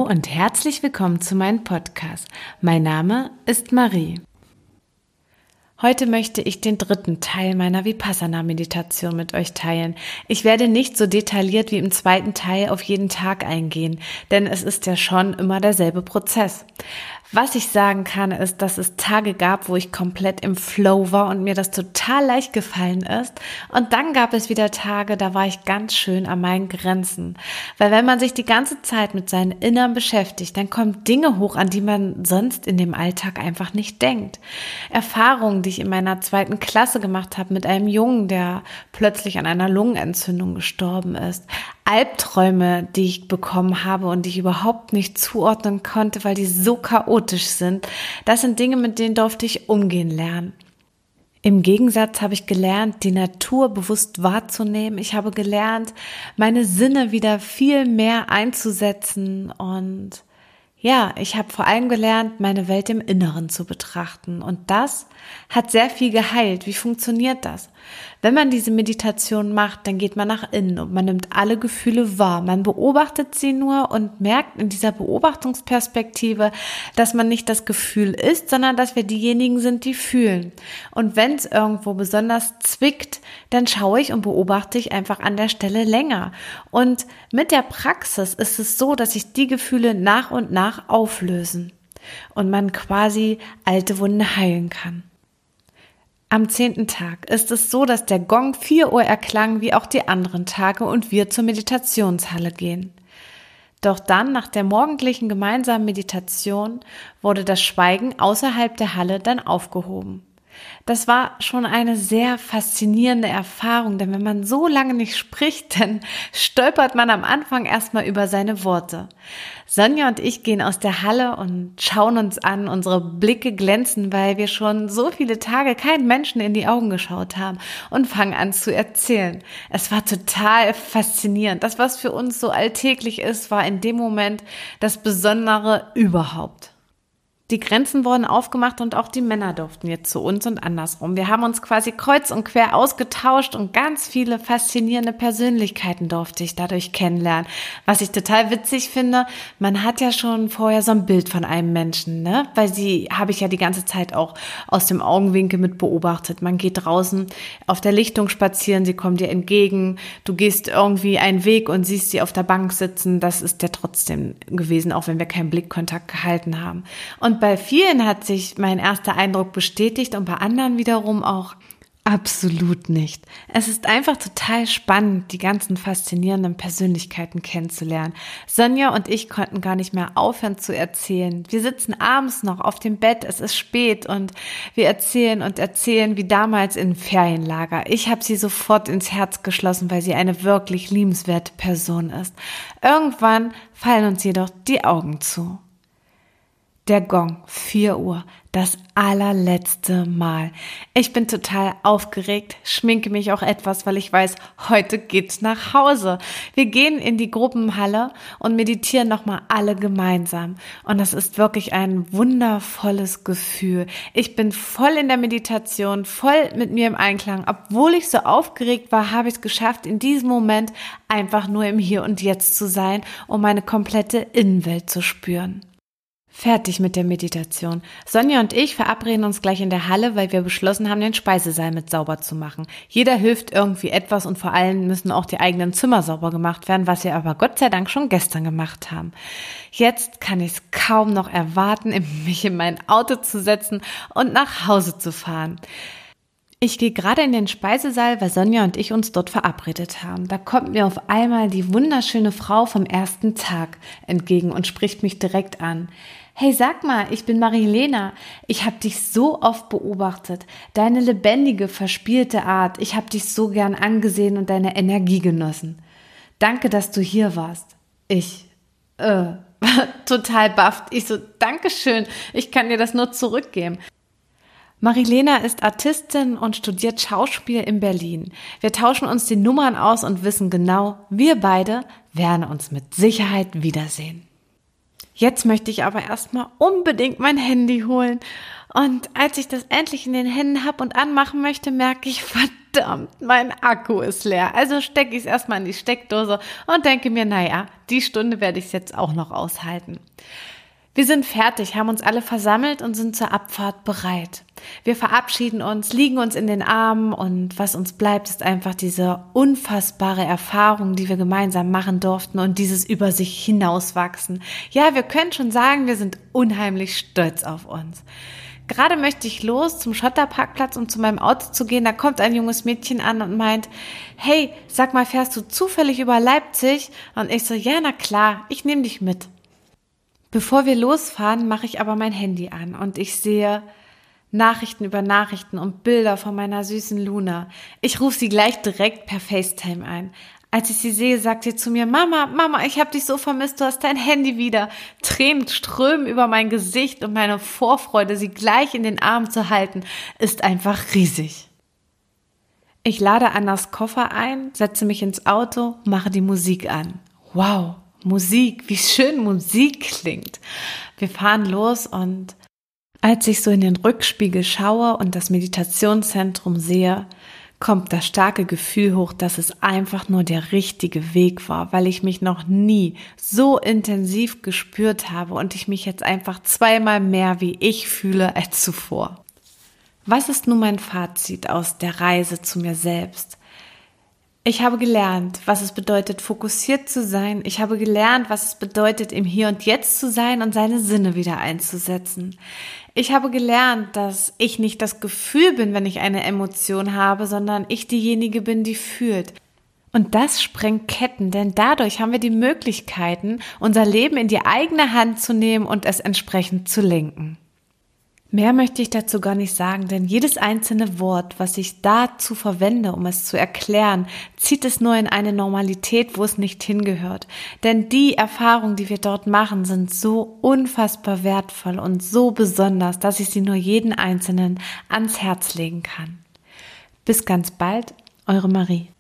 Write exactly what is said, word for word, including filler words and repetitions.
und herzlich willkommen zu meinem Podcast. Mein Name ist Marie. Heute möchte ich den dritten Teil meiner Vipassana-Meditation mit euch teilen. Ich werde nicht so detailliert wie im zweiten Teil auf jeden Tag eingehen, denn es ist ja schon immer derselbe Prozess. Was ich sagen kann, ist, dass es Tage gab, wo ich komplett im Flow war und mir das total leicht gefallen ist. Und dann gab es wieder Tage, da war ich ganz schön an meinen Grenzen. Weil wenn man sich die ganze Zeit mit seinen Innern beschäftigt, dann kommen Dinge hoch, an die man sonst in dem Alltag einfach nicht denkt. Erfahrungen, die ich in meiner zweiten Klasse gemacht habe mit einem Jungen, der plötzlich an einer Lungenentzündung gestorben ist. Albträume, die ich bekommen habe und die ich überhaupt nicht zuordnen konnte, weil die so chaotisch sind. Das sind Dinge, mit denen durfte ich umgehen lernen. Im Gegensatz habe ich gelernt, die Natur bewusst wahrzunehmen. Ich habe gelernt, meine Sinne wieder viel mehr einzusetzen und ja, ich habe vor allem gelernt, meine Welt im Inneren zu betrachten und das hat sehr viel geheilt. Wie funktioniert das? Wenn man diese Meditation macht, dann geht man nach innen und man nimmt alle Gefühle wahr. Man beobachtet sie nur und merkt in dieser Beobachtungsperspektive, dass man nicht das Gefühl ist, sondern dass wir diejenigen sind, die fühlen. Und wenn es irgendwo besonders zwickt, dann schaue ich und beobachte ich einfach an der Stelle länger. Und mit der Praxis ist es so, dass sich die Gefühle nach und nach auflösen und man quasi alte Wunden heilen kann. Am zehnten Tag ist es so, dass der Gong vier Uhr erklang, wie auch die anderen Tage, und wir zur Meditationshalle gehen. Doch dann, nach der morgendlichen gemeinsamen Meditation, wurde das Schweigen außerhalb der Halle dann aufgehoben. Das war schon eine sehr faszinierende Erfahrung, denn wenn man so lange nicht spricht, dann stolpert man am Anfang erstmal über seine Worte. Sonja und ich gehen aus der Halle und schauen uns an, unsere Blicke glänzen, weil wir schon so viele Tage keinen Menschen in die Augen geschaut haben und fangen an zu erzählen. Es war total faszinierend. Das, was für uns so alltäglich ist, war in dem Moment das Besondere überhaupt. Die Grenzen wurden aufgemacht und auch die Männer durften jetzt zu uns und andersrum. Wir haben uns quasi kreuz und quer ausgetauscht und ganz viele faszinierende Persönlichkeiten durfte ich dadurch kennenlernen. Was ich total witzig finde, man hat ja schon vorher so ein Bild von einem Menschen, ne? Weil sie habe ich ja die ganze Zeit auch aus dem Augenwinkel mit beobachtet. Man geht draußen auf der Lichtung spazieren, sie kommen dir entgegen, du gehst irgendwie einen Weg und siehst sie auf der Bank sitzen. Das ist der trotzdem gewesen, auch wenn wir keinen Blickkontakt gehalten haben. Und Und bei vielen hat sich mein erster Eindruck bestätigt und bei anderen wiederum auch absolut nicht. Es ist einfach total spannend, die ganzen faszinierenden Persönlichkeiten kennenzulernen. Sonja und ich konnten gar nicht mehr aufhören zu erzählen. Wir sitzen abends noch auf dem Bett, es ist spät und wir erzählen und erzählen wie damals im Ferienlager. Ich habe sie sofort ins Herz geschlossen, weil sie eine wirklich liebenswerte Person ist. Irgendwann fallen uns jedoch die Augen zu. Der Gong, vier Uhr, das allerletzte Mal. Ich bin total aufgeregt, schminke mich auch etwas, weil ich weiß, heute geht's nach Hause. Wir gehen in die Gruppenhalle und meditieren nochmal alle gemeinsam. Und das ist wirklich ein wundervolles Gefühl. Ich bin voll in der Meditation, voll mit mir im Einklang. Obwohl ich so aufgeregt war, habe ich es geschafft, in diesem Moment einfach nur im Hier und Jetzt zu sein, um meine komplette Innenwelt zu spüren. Fertig mit der Meditation. Sonja und ich verabreden uns gleich in der Halle, weil wir beschlossen haben, den Speisesaal mit sauber zu machen. Jeder hilft irgendwie etwas und vor allem müssen auch die eigenen Zimmer sauber gemacht werden, was wir aber Gott sei Dank schon gestern gemacht haben. Jetzt kann ich es kaum noch erwarten, mich in mein Auto zu setzen und nach Hause zu fahren. Ich gehe gerade in den Speisesaal, weil Sonja und ich uns dort verabredet haben. Da kommt mir auf einmal die wunderschöne Frau vom ersten Tag entgegen und spricht mich direkt an. Hey, sag mal, ich bin Marilena. Ich habe dich so oft beobachtet. Deine lebendige, verspielte Art. Ich habe dich so gern angesehen und deine Energie genossen. Danke, dass du hier warst. Ich, äh, total bafft. Ich so, Dankeschön. Ich kann dir das nur zurückgeben. Marilena ist Artistin und studiert Schauspiel in Berlin. Wir tauschen uns die Nummern aus und wissen genau, wir beide werden uns mit Sicherheit wiedersehen. Jetzt möchte ich aber erstmal unbedingt mein Handy holen Und als ich das endlich in den Händen habe und anmachen möchte, merke ich, verdammt, mein Akku ist leer. Also stecke ich es erstmal in die Steckdose und denke mir, naja, die Stunde werde ich es jetzt auch noch aushalten. Wir sind fertig, haben uns alle versammelt und sind zur Abfahrt bereit. Wir verabschieden uns, liegen uns in den Armen und was uns bleibt, ist einfach diese unfassbare Erfahrung, die wir gemeinsam machen durften und dieses über sich hinauswachsen. Ja, wir können schon sagen, wir sind unheimlich stolz auf uns. Gerade möchte ich los zum Schotterparkplatz, um zu meinem Auto zu gehen. Da kommt ein junges Mädchen an und meint, hey, sag mal, fährst du zufällig über Leipzig? Und ich so, ja, na klar, ich nehme dich mit. Bevor wir losfahren, mache ich aber mein Handy an und ich sehe Nachrichten über Nachrichten und Bilder von meiner süßen Luna. Ich rufe sie gleich direkt per FaceTime ein. Als ich sie sehe, sagt sie zu mir, Mama, Mama, ich habe dich so vermisst, du hast dein Handy wieder. Tränen strömen über mein Gesicht und meine Vorfreude, sie gleich in den Arm zu halten, ist einfach riesig. Ich lade Annas Koffer ein, setze mich ins Auto, mache die Musik an. Wow! Musik, wie schön Musik klingt. Wir fahren los und als ich so in den Rückspiegel schaue und das Meditationszentrum sehe, kommt das starke Gefühl hoch, dass es einfach nur der richtige Weg war, weil ich mich noch nie so intensiv gespürt habe und ich mich jetzt einfach zweimal mehr wie ich fühle als zuvor. Was ist nun mein Fazit aus der Reise zu mir selbst? Ich habe gelernt, was es bedeutet, fokussiert zu sein. Ich habe gelernt, was es bedeutet, im Hier und Jetzt zu sein und seine Sinne wieder einzusetzen. Ich habe gelernt, dass ich nicht das Gefühl bin, wenn ich eine Emotion habe, sondern ich diejenige bin, die fühlt. Und das sprengt Ketten, denn dadurch haben wir die Möglichkeiten, unser Leben in die eigene Hand zu nehmen und es entsprechend zu lenken. Mehr möchte ich dazu gar nicht sagen, denn jedes einzelne Wort, was ich dazu verwende, um es zu erklären, zieht es nur in eine Normalität, wo es nicht hingehört. Denn die Erfahrungen, die wir dort machen, sind so unfassbar wertvoll und so besonders, dass ich sie nur jeden Einzelnen ans Herz legen kann. Bis ganz bald, eure Marie.